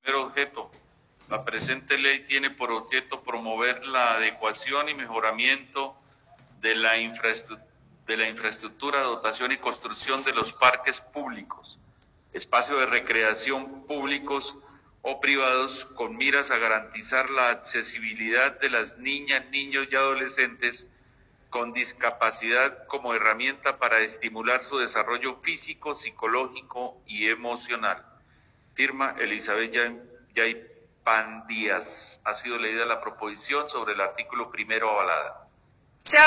objeto. La presente ley tiene por objeto promover la adecuación y mejoramiento de la infraestructura, dotación y construcción de los parques públicos, espacios de recreación públicos o privados, con miras a garantizar la accesibilidad de las niñas, niños y adolescentes con discapacidad como herramienta para estimular su desarrollo físico, psicológico y emocional. Firma Elizabeth Yaipan Díaz. Ha sido leída la proposición sobre el artículo primero avalada.